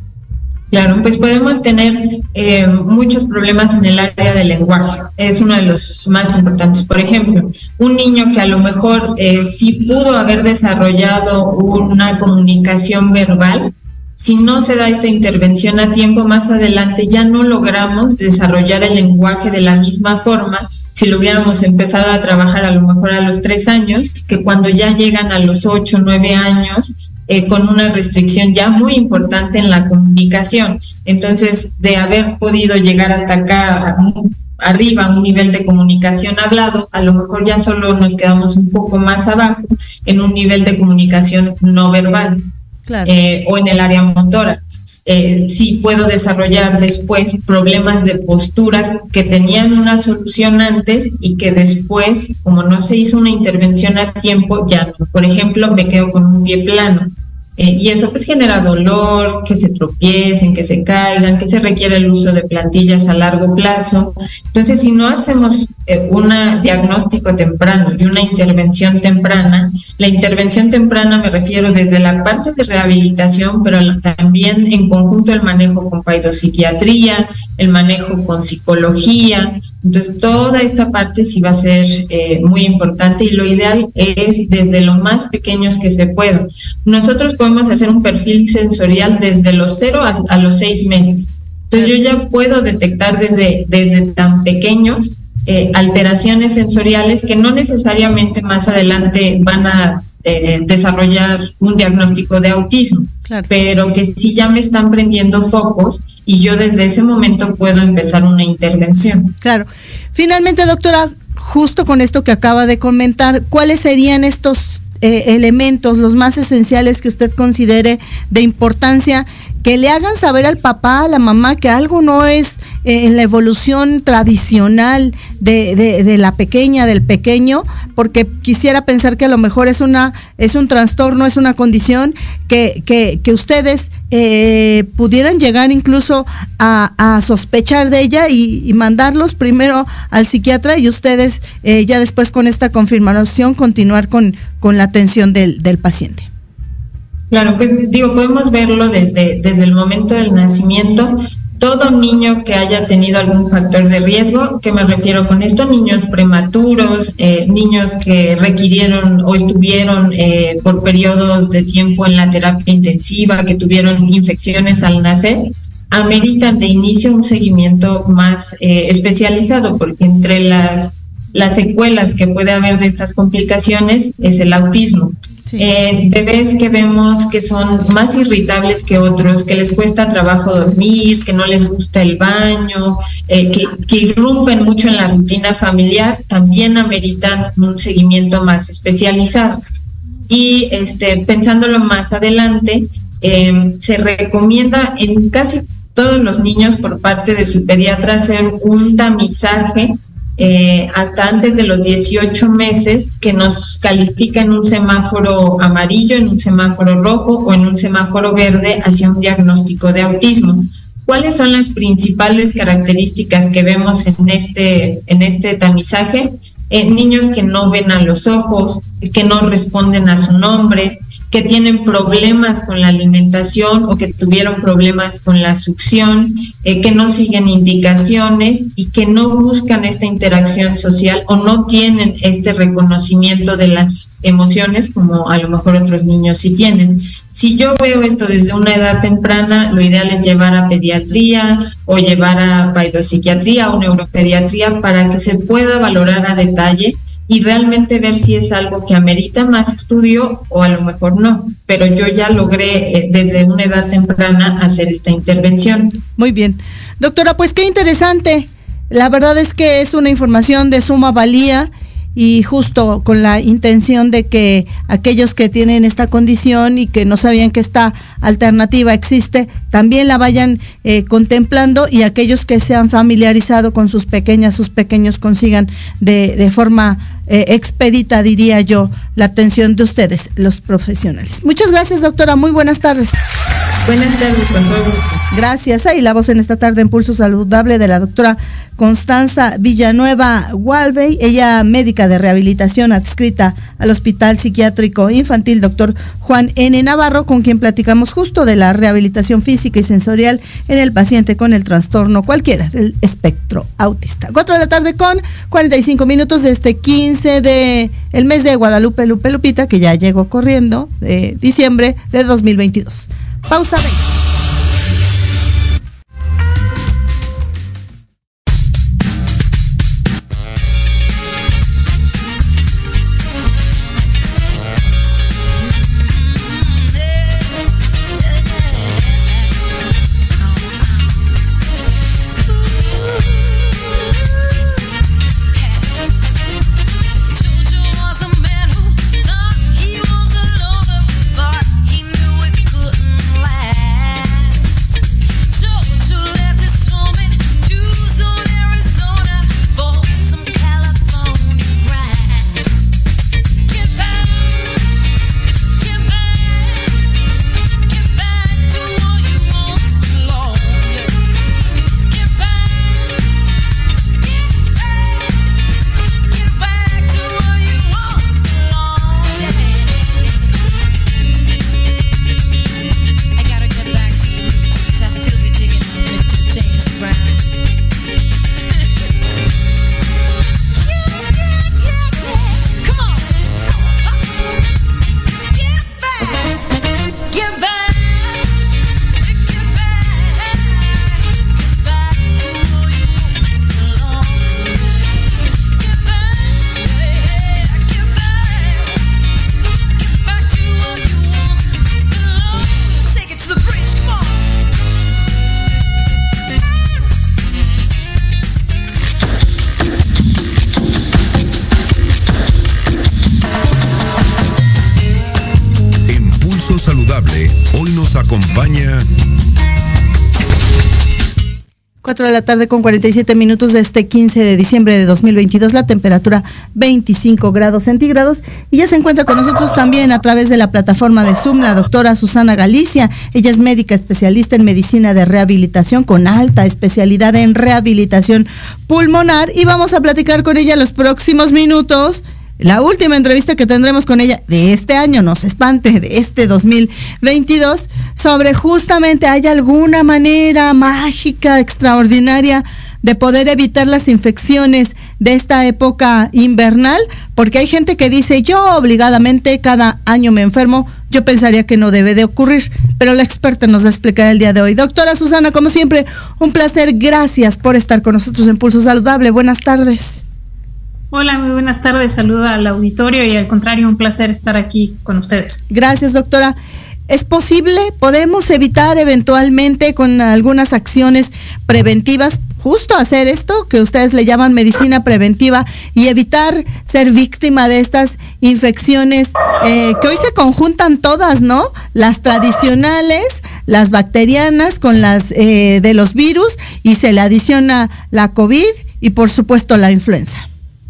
Claro, pues podemos tener eh, muchos problemas en el área del lenguaje. Es uno de los más importantes. Por ejemplo, un niño que a lo mejor eh, sí pudo haber desarrollado una comunicación verbal, si no se da esta intervención a tiempo, más adelante ya no logramos desarrollar el lenguaje de la misma forma si lo hubiéramos empezado a trabajar a lo mejor a los tres años, que cuando ya llegan a los ocho, nueve años, Eh, con una restricción ya muy importante en la comunicación. Entonces, de haber podido llegar hasta acá, arriba, a un nivel de comunicación hablado, a lo mejor ya solo nos quedamos un poco más abajo en un nivel de comunicación no verbal. Claro. eh, o en el área motora. Eh, sí puedo desarrollar después problemas de postura que tenían una solución antes y que después, como no se hizo una intervención a tiempo, ya no. Por ejemplo, me quedo con un pie plano. Eh, y eso pues genera dolor, que se tropiecen, que se caigan, que se requiere el uso de plantillas a largo plazo. Entonces, si no hacemos eh, un diagnóstico temprano y una intervención temprana, la intervención temprana me refiero desde la parte de rehabilitación, pero también en conjunto el manejo con paidopsiquiatría, el manejo con psicología. Entonces, toda esta parte sí va a ser eh, muy importante, y lo ideal es desde lo más pequeños que se pueda. Nosotros podemos hacer un perfil sensorial desde los cero a, a los seis meses. Entonces, yo ya puedo detectar desde, desde tan pequeños eh, alteraciones sensoriales que no necesariamente más adelante van a eh, desarrollar un diagnóstico de autismo. Claro. Pero que sí ya me están prendiendo focos y yo desde ese momento puedo empezar una intervención. Claro. Finalmente, doctora, justo con esto que acaba de comentar, ¿cuáles serían estos eh, elementos, los más esenciales que usted considere de importancia, que le hagan saber al papá, a la mamá, que algo no es eh, en la evolución tradicional de, de, de la pequeña, del pequeño? Porque quisiera pensar que a lo mejor es una es un trastorno, es una condición que, que, que ustedes eh, pudieran llegar incluso a, a sospechar de ella y, y mandarlos primero al psiquiatra, y ustedes eh, ya después con esta confirmación continuar con, con la atención del, del paciente. Claro, pues digo, podemos verlo desde, desde el momento del nacimiento. Todo niño que haya tenido algún factor de riesgo, ¿qué me refiero con esto? Niños prematuros, eh, niños que requirieron o estuvieron eh, por periodos de tiempo en la terapia intensiva, que tuvieron infecciones al nacer, ameritan de inicio un seguimiento más eh, especializado, porque entre las, las secuelas que puede haber de estas complicaciones es el autismo. Sí. Eh, bebés que vemos que son más irritables que otros, que les cuesta trabajo dormir, que no les gusta el baño, eh, que, que irrumpen mucho en la rutina familiar, también ameritan un seguimiento más especializado. Y este, pensándolo más adelante, eh, se recomienda en casi todos los niños por parte de su pediatra hacer un tamizaje Eh, hasta antes de los dieciocho meses, que nos califica en un semáforo amarillo, en un semáforo rojo o en un semáforo verde hacia un diagnóstico de autismo. ¿Cuáles son las principales características que vemos en este, en este tamizaje? Eh, niños que no ven a los ojos, que no responden a su nombre, que tienen problemas con la alimentación o que tuvieron problemas con la succión, eh, que no siguen indicaciones y que no buscan esta interacción social o no tienen este reconocimiento de las emociones como a lo mejor otros niños sí tienen. Si yo veo esto desde una edad temprana, lo ideal es llevar a pediatría o llevar a paidopsiquiatría o neuropediatría para que se pueda valorar a detalle y realmente ver si es algo que amerita más estudio o a lo mejor no, pero yo ya logré eh, desde una edad temprana hacer esta intervención. Muy bien. Doctora, pues qué interesante. La verdad es que es una información de suma valía y justo con la intención de que aquellos que tienen esta condición y que no sabían que esta alternativa existe, también la vayan eh, contemplando y aquellos que se han familiarizado con sus pequeñas, sus pequeños consigan de, de forma eh, expedita, diría yo, la atención de ustedes, los profesionales. Muchas gracias, doctora. Muy buenas tardes. Buenas tardes, con todo gusto. Gracias. Ahí la voz en esta tarde en Pulso Saludable de la doctora Constanza Villanueva Walvey, ella médica de rehabilitación adscrita al Hospital Psiquiátrico Infantil doctor Juan N. Navarro, con quien platicamos justo de la rehabilitación física y sensorial en el paciente con el trastorno cualquiera del espectro autista. Cuatro de la tarde con cuarenta y cinco minutos de este quince de el mes de Guadalupe Lupe Lupita, que ya llegó corriendo, de diciembre de dos mil veintidós. Pausa veinte. cuatro de la tarde con cuarenta y siete minutos de este quince de diciembre de dos mil veintidós, la temperatura veinticinco grados centígrados, y ya se encuentra con nosotros también a través de la plataforma de Zoom la doctora Susana Galicia. Ella es médica especialista en medicina de rehabilitación con alta especialidad en rehabilitación pulmonar, y vamos a platicar con ella los próximos minutos. La última entrevista que tendremos con ella de este año, no se espante, de este dos mil veintidós, sobre justamente hay alguna manera mágica, extraordinaria de poder evitar las infecciones de esta época invernal, porque hay gente que dice, yo obligadamente cada año me enfermo. Yo pensaría que no debe de ocurrir, pero la experta nos va a explicar el día de hoy. Doctora Susana, como siempre, un placer, gracias por estar con nosotros en Pulso Saludable. Buenas tardes. Hola, muy buenas tardes, saludo al auditorio y al contrario, un placer estar aquí con ustedes. Gracias, doctora. ¿Es posible, podemos evitar eventualmente con algunas acciones preventivas, justo hacer esto que ustedes le llaman medicina preventiva y evitar ser víctima de estas infecciones eh, que hoy se conjuntan todas, ¿no? Las tradicionales, las bacterianas con las eh, de los virus, y se le adiciona la COVID y por supuesto la influenza.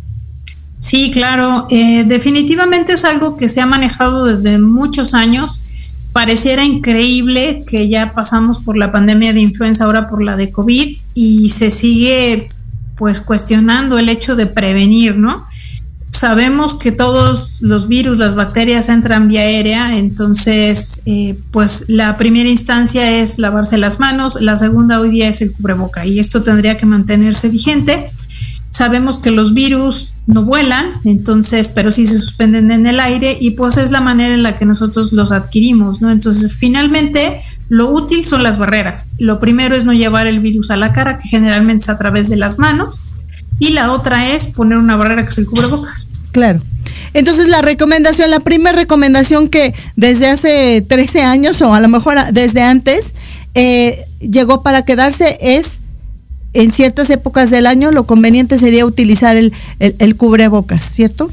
Sí, claro, eh, definitivamente es algo que se ha manejado desde muchos años. Pareciera increíble que ya pasamos por la pandemia de influenza, ahora por la de COVID, y se sigue pues cuestionando el hecho de prevenir, ¿no? Sabemos que todos los virus, las bacterias entran vía aérea, entonces eh, pues la primera instancia es lavarse las manos, la segunda hoy día es el cubreboca y esto tendría que mantenerse vigente. Sabemos que los virus no vuelan, entonces, pero sí se suspenden en el aire y pues es la manera en la que nosotros los adquirimos, ¿no? Entonces, finalmente, lo útil son las barreras. Lo primero es no llevar el virus a la cara, que generalmente es a través de las manos, y la otra es poner una barrera que es el cubrebocas. Claro. Entonces la recomendación, la primera recomendación que desde hace trece años o a lo mejor desde antes eh, llegó para quedarse es en ciertas épocas del año lo conveniente sería utilizar el, el, el cubrebocas, ¿cierto?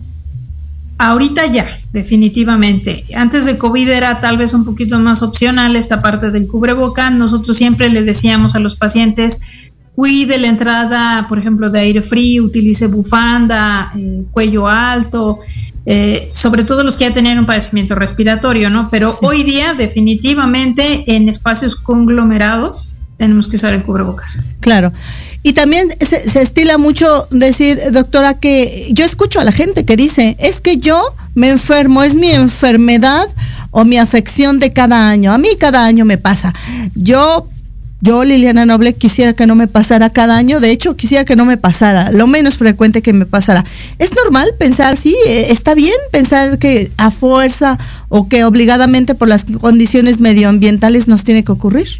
Ahorita ya, definitivamente. Antes de COVID era tal vez un poquito más opcional esta parte del cubreboca. Nosotros siempre le decíamos a los pacientes, cuide la entrada, por ejemplo, de aire frío, utilice bufanda, eh, cuello alto, eh, sobre todo los que ya tenían un padecimiento respiratorio, ¿no? Pero sí. Hoy día, definitivamente, en espacios conglomerados, tenemos que usar el cubrebocas. Claro. Y también se, se estila mucho decir, doctora, que yo escucho a la gente que dice, es que yo me enfermo, es mi enfermedad o mi afección de cada año. A mí cada año me pasa. Yo... Yo, Liliana Noble, quisiera que no me pasara cada año, de hecho, quisiera que no me pasara, lo menos frecuente que me pasara. ¿Es normal pensar, sí, está bien pensar que a fuerza o que obligadamente por las condiciones medioambientales nos tiene que ocurrir?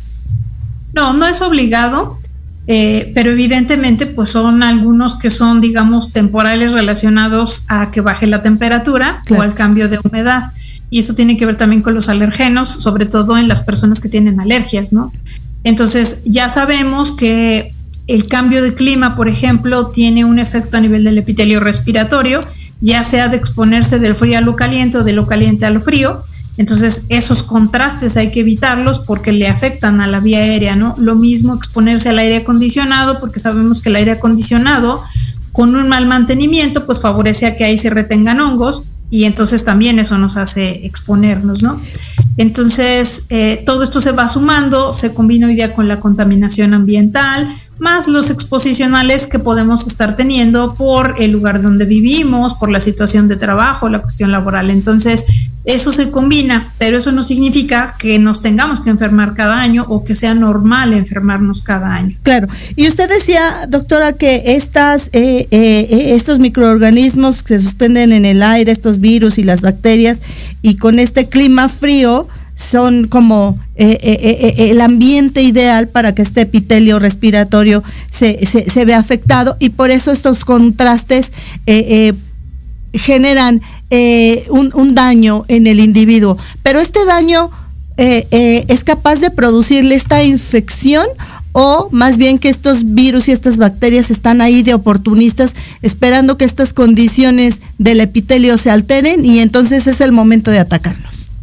No, no es obligado, eh, pero evidentemente pues son algunos que son, digamos, temporales relacionados a que baje la temperatura, claro, o al cambio de humedad. Y eso tiene que ver también con los alergenos, sobre todo en las personas que tienen alergias, ¿no? Entonces, ya sabemos que el cambio de clima, por ejemplo, tiene un efecto a nivel del epitelio respiratorio, ya sea de exponerse del frío a lo caliente o de lo caliente a lo frío. Entonces, esos contrastes hay que evitarlos porque le afectan a la vía aérea, ¿no? Lo mismo exponerse al aire acondicionado, porque sabemos que el aire acondicionado, con un mal mantenimiento, pues favorece a que ahí se retengan hongos, y entonces también eso nos hace exponernos, ¿no? Entonces, eh, todo esto se va sumando, se combina hoy día con la contaminación ambiental, más los exposicionales que podemos estar teniendo por el lugar donde vivimos, por la situación de trabajo, la cuestión laboral. Entonces, eso se combina, pero eso no significa que nos tengamos que enfermar cada año o que sea normal enfermarnos cada año. Claro. Y usted decía, doctora, que estas, eh, eh, estos microorganismos que se suspenden en el aire, estos virus y las bacterias, y con este clima frío, son como eh, eh, eh, el ambiente ideal para que este epitelio respiratorio se, se, se vea afectado, y por eso estos contrastes eh, eh, generan eh, un, un daño en el individuo. Pero este daño eh, eh, es capaz de producirle esta infección, o más bien que estos virus y estas bacterias están ahí de oportunistas esperando que estas condiciones del epitelio se alteren y entonces es el momento de atacarnos.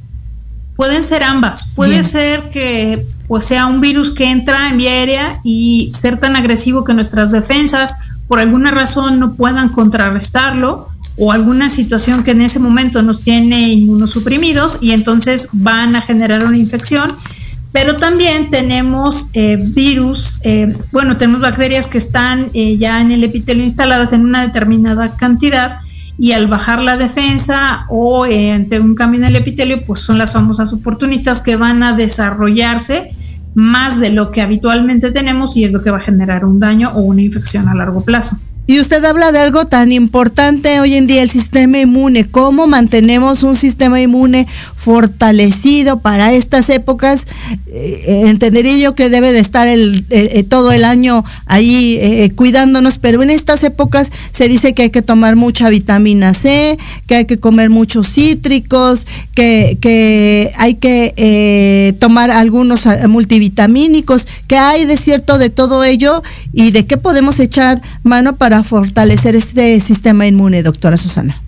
Pueden ser ambas. Puede Bien. ser que pues sea un virus que entra en vía aérea y ser tan agresivo que nuestras defensas por alguna razón no puedan contrarrestarlo, o alguna situación que en ese momento nos tiene inmunosuprimidos y entonces van a generar una infección. Pero también tenemos eh, virus, eh, bueno, tenemos bacterias que están eh, ya en el epitelio instaladas en una determinada cantidad, y al bajar la defensa o eh, ante un cambio en el epitelio, pues son las famosas oportunistas que van a desarrollarse más de lo que habitualmente tenemos, y es lo que va a generar un daño o una infección a largo plazo. Y usted habla de algo tan importante hoy en día, el sistema inmune. ¿Cómo mantenemos un sistema inmune fortalecido para estas épocas? Eh, entendería yo que debe de estar el, eh, todo el año ahí eh, cuidándonos, pero en estas épocas se dice que hay que tomar mucha vitamina C, que hay que comer muchos cítricos, que, que hay que eh, tomar algunos multivitamínicos. ¿Qué hay de cierto de todo ello y de qué podemos echar mano para fortalecer este sistema inmune, doctora Susana?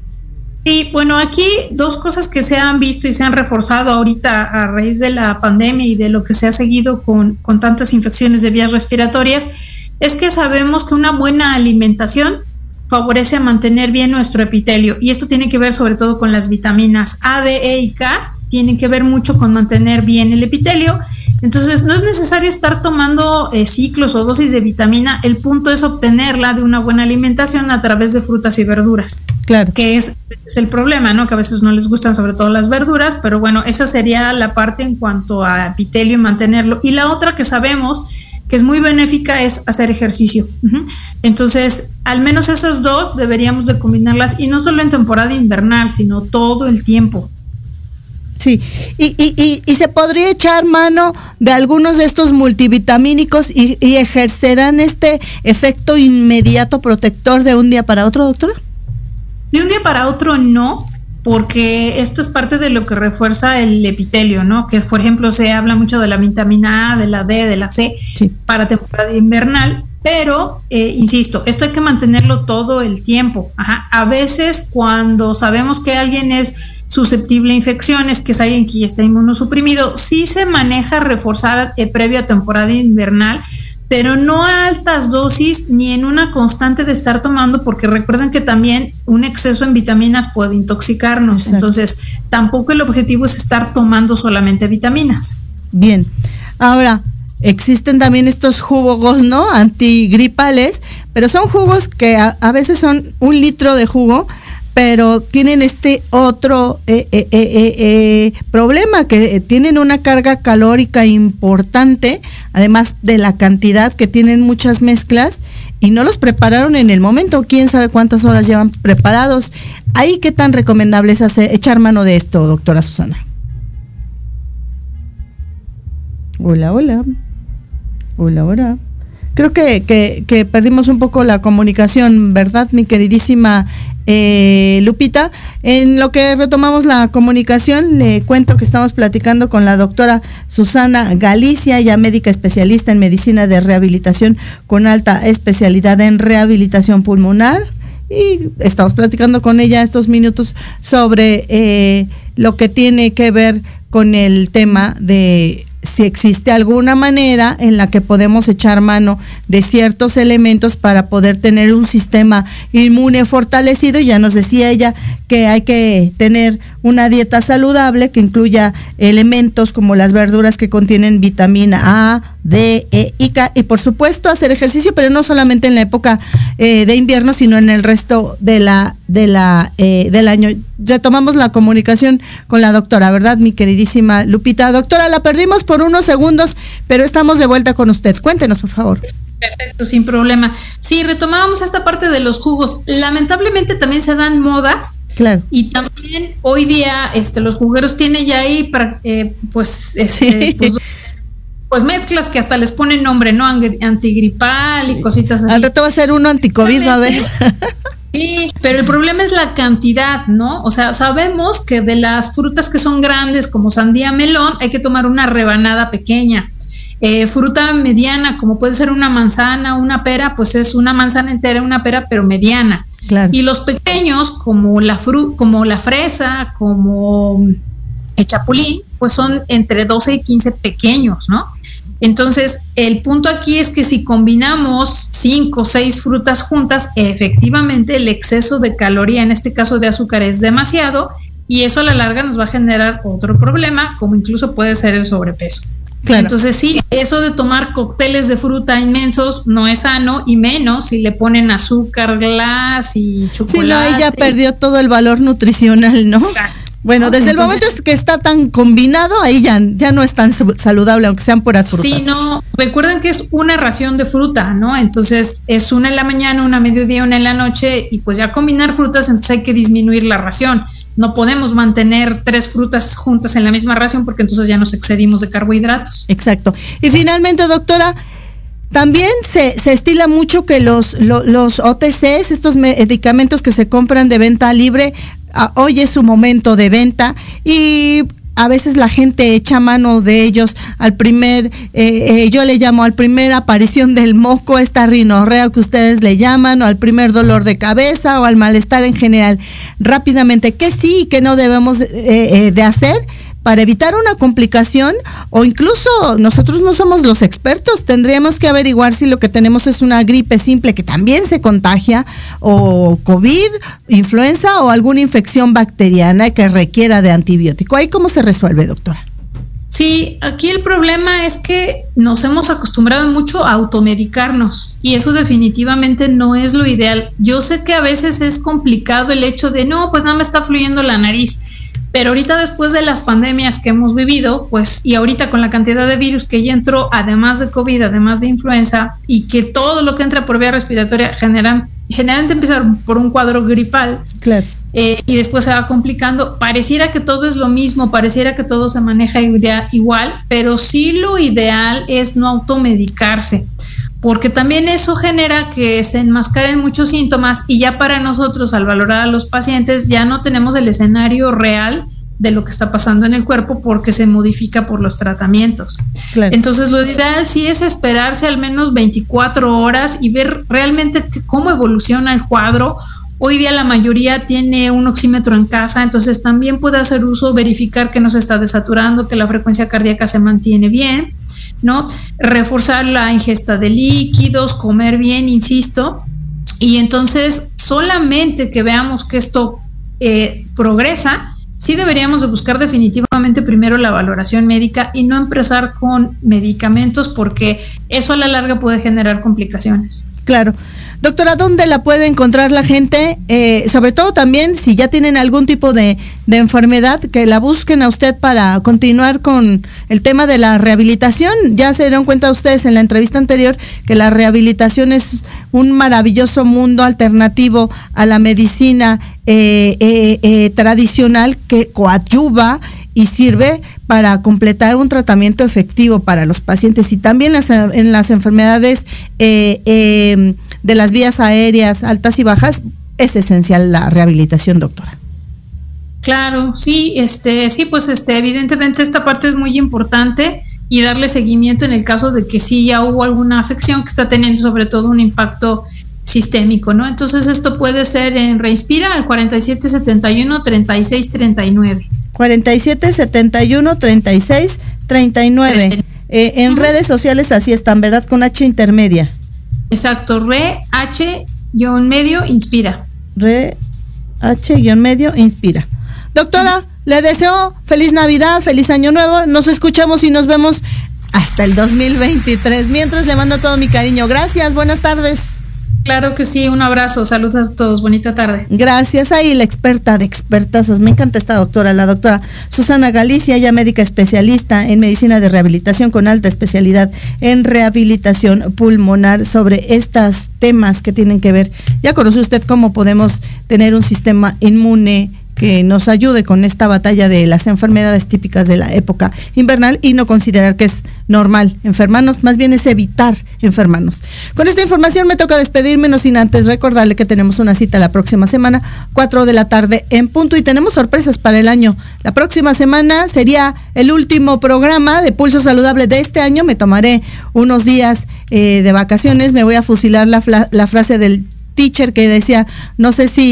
Sí, bueno, aquí dos cosas que se han visto y se han reforzado ahorita a raíz de la pandemia y de lo que se ha seguido con, con tantas infecciones de vías respiratorias, es que sabemos que una buena alimentación favorece a mantener bien nuestro epitelio, y esto tiene que ver sobre todo con las vitaminas A, D, E y K, tienen que ver mucho con mantener bien el epitelio. Entonces, no es necesario estar tomando eh, ciclos o dosis de vitamina, el punto es obtenerla de una buena alimentación a través de frutas y verduras. Claro. Que es, es el problema, ¿no? Que a veces no les gustan sobre todo las verduras, pero bueno, esa sería la parte en cuanto a epitelio y mantenerlo. Y la otra que sabemos que es muy benéfica es hacer ejercicio. Uh-huh. Entonces, al menos esas dos deberíamos de combinarlas, y no solo en temporada invernal, sino todo el tiempo. Sí, y, y, y, y se podría echar mano de algunos de estos multivitamínicos y, y ejercerán este efecto inmediato protector de un día para otro, doctora. De un día para otro no, porque esto es parte de lo que refuerza el epitelio, ¿no? Que es, por ejemplo, se habla mucho de la vitamina A, de la D, de la C, sí, para temporada invernal, pero, eh, insisto, esto hay que mantenerlo todo el tiempo. Ajá. A veces cuando sabemos que alguien es susceptible a infecciones, que es alguien que ya está inmunosuprimido, sí se maneja reforzar eh, previo a temporada invernal, pero no a altas dosis ni en una constante de estar tomando, porque recuerden que también un exceso en vitaminas puede intoxicarnos. Exacto. Entonces tampoco el objetivo es estar tomando solamente vitaminas. Bien, ahora existen también estos jugos, ¿no? Antigripales, pero son jugos que a, a veces son un litro de jugo, pero tienen este otro eh, eh, eh, eh, problema, que tienen una carga calórica importante, además de la cantidad, que tienen muchas mezclas y no los prepararon en el momento, quién sabe cuántas horas llevan preparados. ¿Ahí qué tan recomendable es hacer, echar mano de esto, doctora Susana? Hola, hola. Hola, hola. Creo que, que, que perdimos un poco la comunicación, ¿verdad, mi queridísima Eh, Lupita? En lo que retomamos la comunicación, le cuento que estamos platicando con la doctora Susana Galicia, ya médica especialista en medicina de rehabilitación con alta especialidad en rehabilitación pulmonar, y estamos platicando con ella estos minutos sobre eh, lo que tiene que ver con el tema de si existe alguna manera en la que podemos echar mano de ciertos elementos para poder tener un sistema inmune fortalecido. Ya nos decía ella que hay que tener una dieta saludable que incluya elementos como las verduras que contienen vitamina A, D, E y K, y por supuesto hacer ejercicio, pero no solamente en la época eh, de invierno, sino en el resto de la de la eh, del año. Retomamos la comunicación con la doctora, ¿verdad, mi queridísima Lupita? Doctora, la perdimos por unos segundos, pero estamos de vuelta con usted. Cuéntenos, por favor. Perfecto, sin problema. Sí, retomábamos esta parte de los jugos. Lamentablemente también se dan modas. Claro. Y también hoy día este, los jugueros tienen ya ahí eh, pues, este, sí. pues pues mezclas que hasta les ponen nombre, ¿no? Antigripal y cositas así. Al rato va a ser uno anticovid, a ver. Sí, pero el problema es la cantidad, ¿no? O sea, sabemos que de las frutas que son grandes como sandía, melón, hay que tomar una rebanada pequeña. Eh, fruta mediana, como puede ser una manzana, una pera, pues es una manzana entera, una pera, pero mediana. Claro. Y los pequeños, como la fru como la fresa, como el chapulín, pues son entre doce y quince pequeños, ¿no? Entonces, el punto aquí es que si combinamos cinco o seis frutas juntas, efectivamente el exceso de caloría, en este caso de azúcar, es demasiado, y eso a la larga nos va a generar otro problema, como incluso puede ser el sobrepeso. Claro. Entonces sí, eso de tomar cócteles de fruta inmensos no es sano, y menos si le ponen azúcar, glass y chocolate. Sí, no, ahí ya perdió todo el valor nutricional, ¿no? Exacto. Bueno, desde Entonces, el momento que está tan combinado, ahí ya, ya no es tan saludable, aunque sean puras frutas. Sí, no, recuerden que es una ración de fruta, ¿no? Entonces es una en la mañana, una a mediodía, una en la noche, y pues ya combinar frutas, entonces hay que disminuir la ración. No podemos mantener tres frutas juntas en la misma ración, porque entonces ya nos excedimos de carbohidratos. Exacto. Y finalmente, doctora, también se, se estila mucho que los, los, los O T Cs, estos medicamentos que se compran de venta libre, a, hoy es su momento de venta, y a veces la gente echa mano de ellos al primer, eh, eh, yo le llamo al primer aparición del moco, esta rinorrea que ustedes le llaman, o al primer dolor de cabeza, o al malestar en general. Rápidamente, ¿qué sí y qué no debemos de, eh, de hacer para evitar una complicación? O incluso nosotros no somos los expertos, tendríamos que averiguar si lo que tenemos es una gripe simple que también se contagia, o COVID, influenza, o alguna infección bacteriana que requiera de antibiótico. ¿Ahí cómo se resuelve, doctora? Sí, aquí el problema es que nos hemos acostumbrado mucho a automedicarnos y eso definitivamente no es lo ideal. Yo sé que a veces es complicado el hecho de no, pues nada me está fluyendo la nariz, pero ahorita después de las pandemias que hemos vivido, pues y ahorita con la cantidad de virus que ya entró, además de COVID, además de influenza, y que todo lo que entra por vía respiratoria genera, generalmente empieza por un cuadro gripal. Claro. Eh, y después se va complicando, pareciera que todo es lo mismo, pareciera que todo se maneja idea, igual, pero sí lo ideal es no automedicarse, porque también eso genera que se enmascaren muchos síntomas y ya para nosotros al valorar a los pacientes ya no tenemos el escenario real de lo que está pasando en el cuerpo porque se modifica por los tratamientos. Claro. Entonces lo ideal sí es esperarse al menos veinticuatro horas y ver realmente cómo evoluciona el cuadro. Hoy día la mayoría tiene un oxímetro en casa, entonces también puede hacer uso, verificar que no se está desaturando, que la frecuencia cardíaca se mantiene bien, ¿no? Reforzar la ingesta de líquidos, comer bien, insisto, y entonces solamente que veamos que esto eh, progresa, sí deberíamos de buscar definitivamente primero la valoración médica y no empezar con medicamentos porque eso a la larga puede generar complicaciones. Claro. Doctora, ¿dónde la puede encontrar la gente? Eh, sobre todo también si ya tienen algún tipo de, de enfermedad, que la busquen a usted para continuar con el tema de la rehabilitación. Ya se dieron cuenta ustedes en la entrevista anterior que la rehabilitación es un maravilloso mundo alternativo a la medicina eh, eh, eh, tradicional que coadyuva y sirve para completar un tratamiento efectivo para los pacientes y también las, en las enfermedades eh, eh, de las vías aéreas altas y bajas es esencial la rehabilitación, doctora. Claro, sí, este, sí, pues este, evidentemente esta parte es muy importante y darle seguimiento en el caso de que sí ya hubo alguna afección que está teniendo sobre todo un impacto sistémico, ¿no? Entonces esto puede ser en Reinspira al cuarenta y siete setenta y uno treinta y seis treinta y nueve. cuarenta y siete setenta y uno treinta y seis treinta y nueve. Eh, en uh-huh. redes sociales así están, ¿verdad? Con H intermedia. Exacto, re H guión medio inspira. Re H guión medio inspira. Doctora, uh-huh. le deseo feliz Navidad, feliz Año Nuevo. Nos escuchamos y nos vemos hasta el dos mil veintitrés. Mientras le mando todo mi cariño. Gracias, buenas tardes. Claro que sí, un abrazo, saludos a todos, bonita tarde. Gracias, ahí la experta de expertazas, me encanta esta doctora, la doctora Susana Galicia, ella médica especialista en medicina de rehabilitación con alta especialidad en rehabilitación pulmonar sobre estos temas que tienen que ver. Ya conoce usted cómo podemos tener un sistema inmune que nos ayude con esta batalla de las enfermedades típicas de la época invernal y no considerar que es normal enfermarnos, más bien es evitar enfermarnos. Con esta información me toca despedirme, no sin antes recordarle que tenemos una cita la próxima semana, cuatro de la tarde en punto, y tenemos sorpresas para el año. La próxima semana sería el último programa de Pulso Saludable de este año, me tomaré unos días eh, de vacaciones, me voy a fusilar la, la frase del teacher que decía, no sé si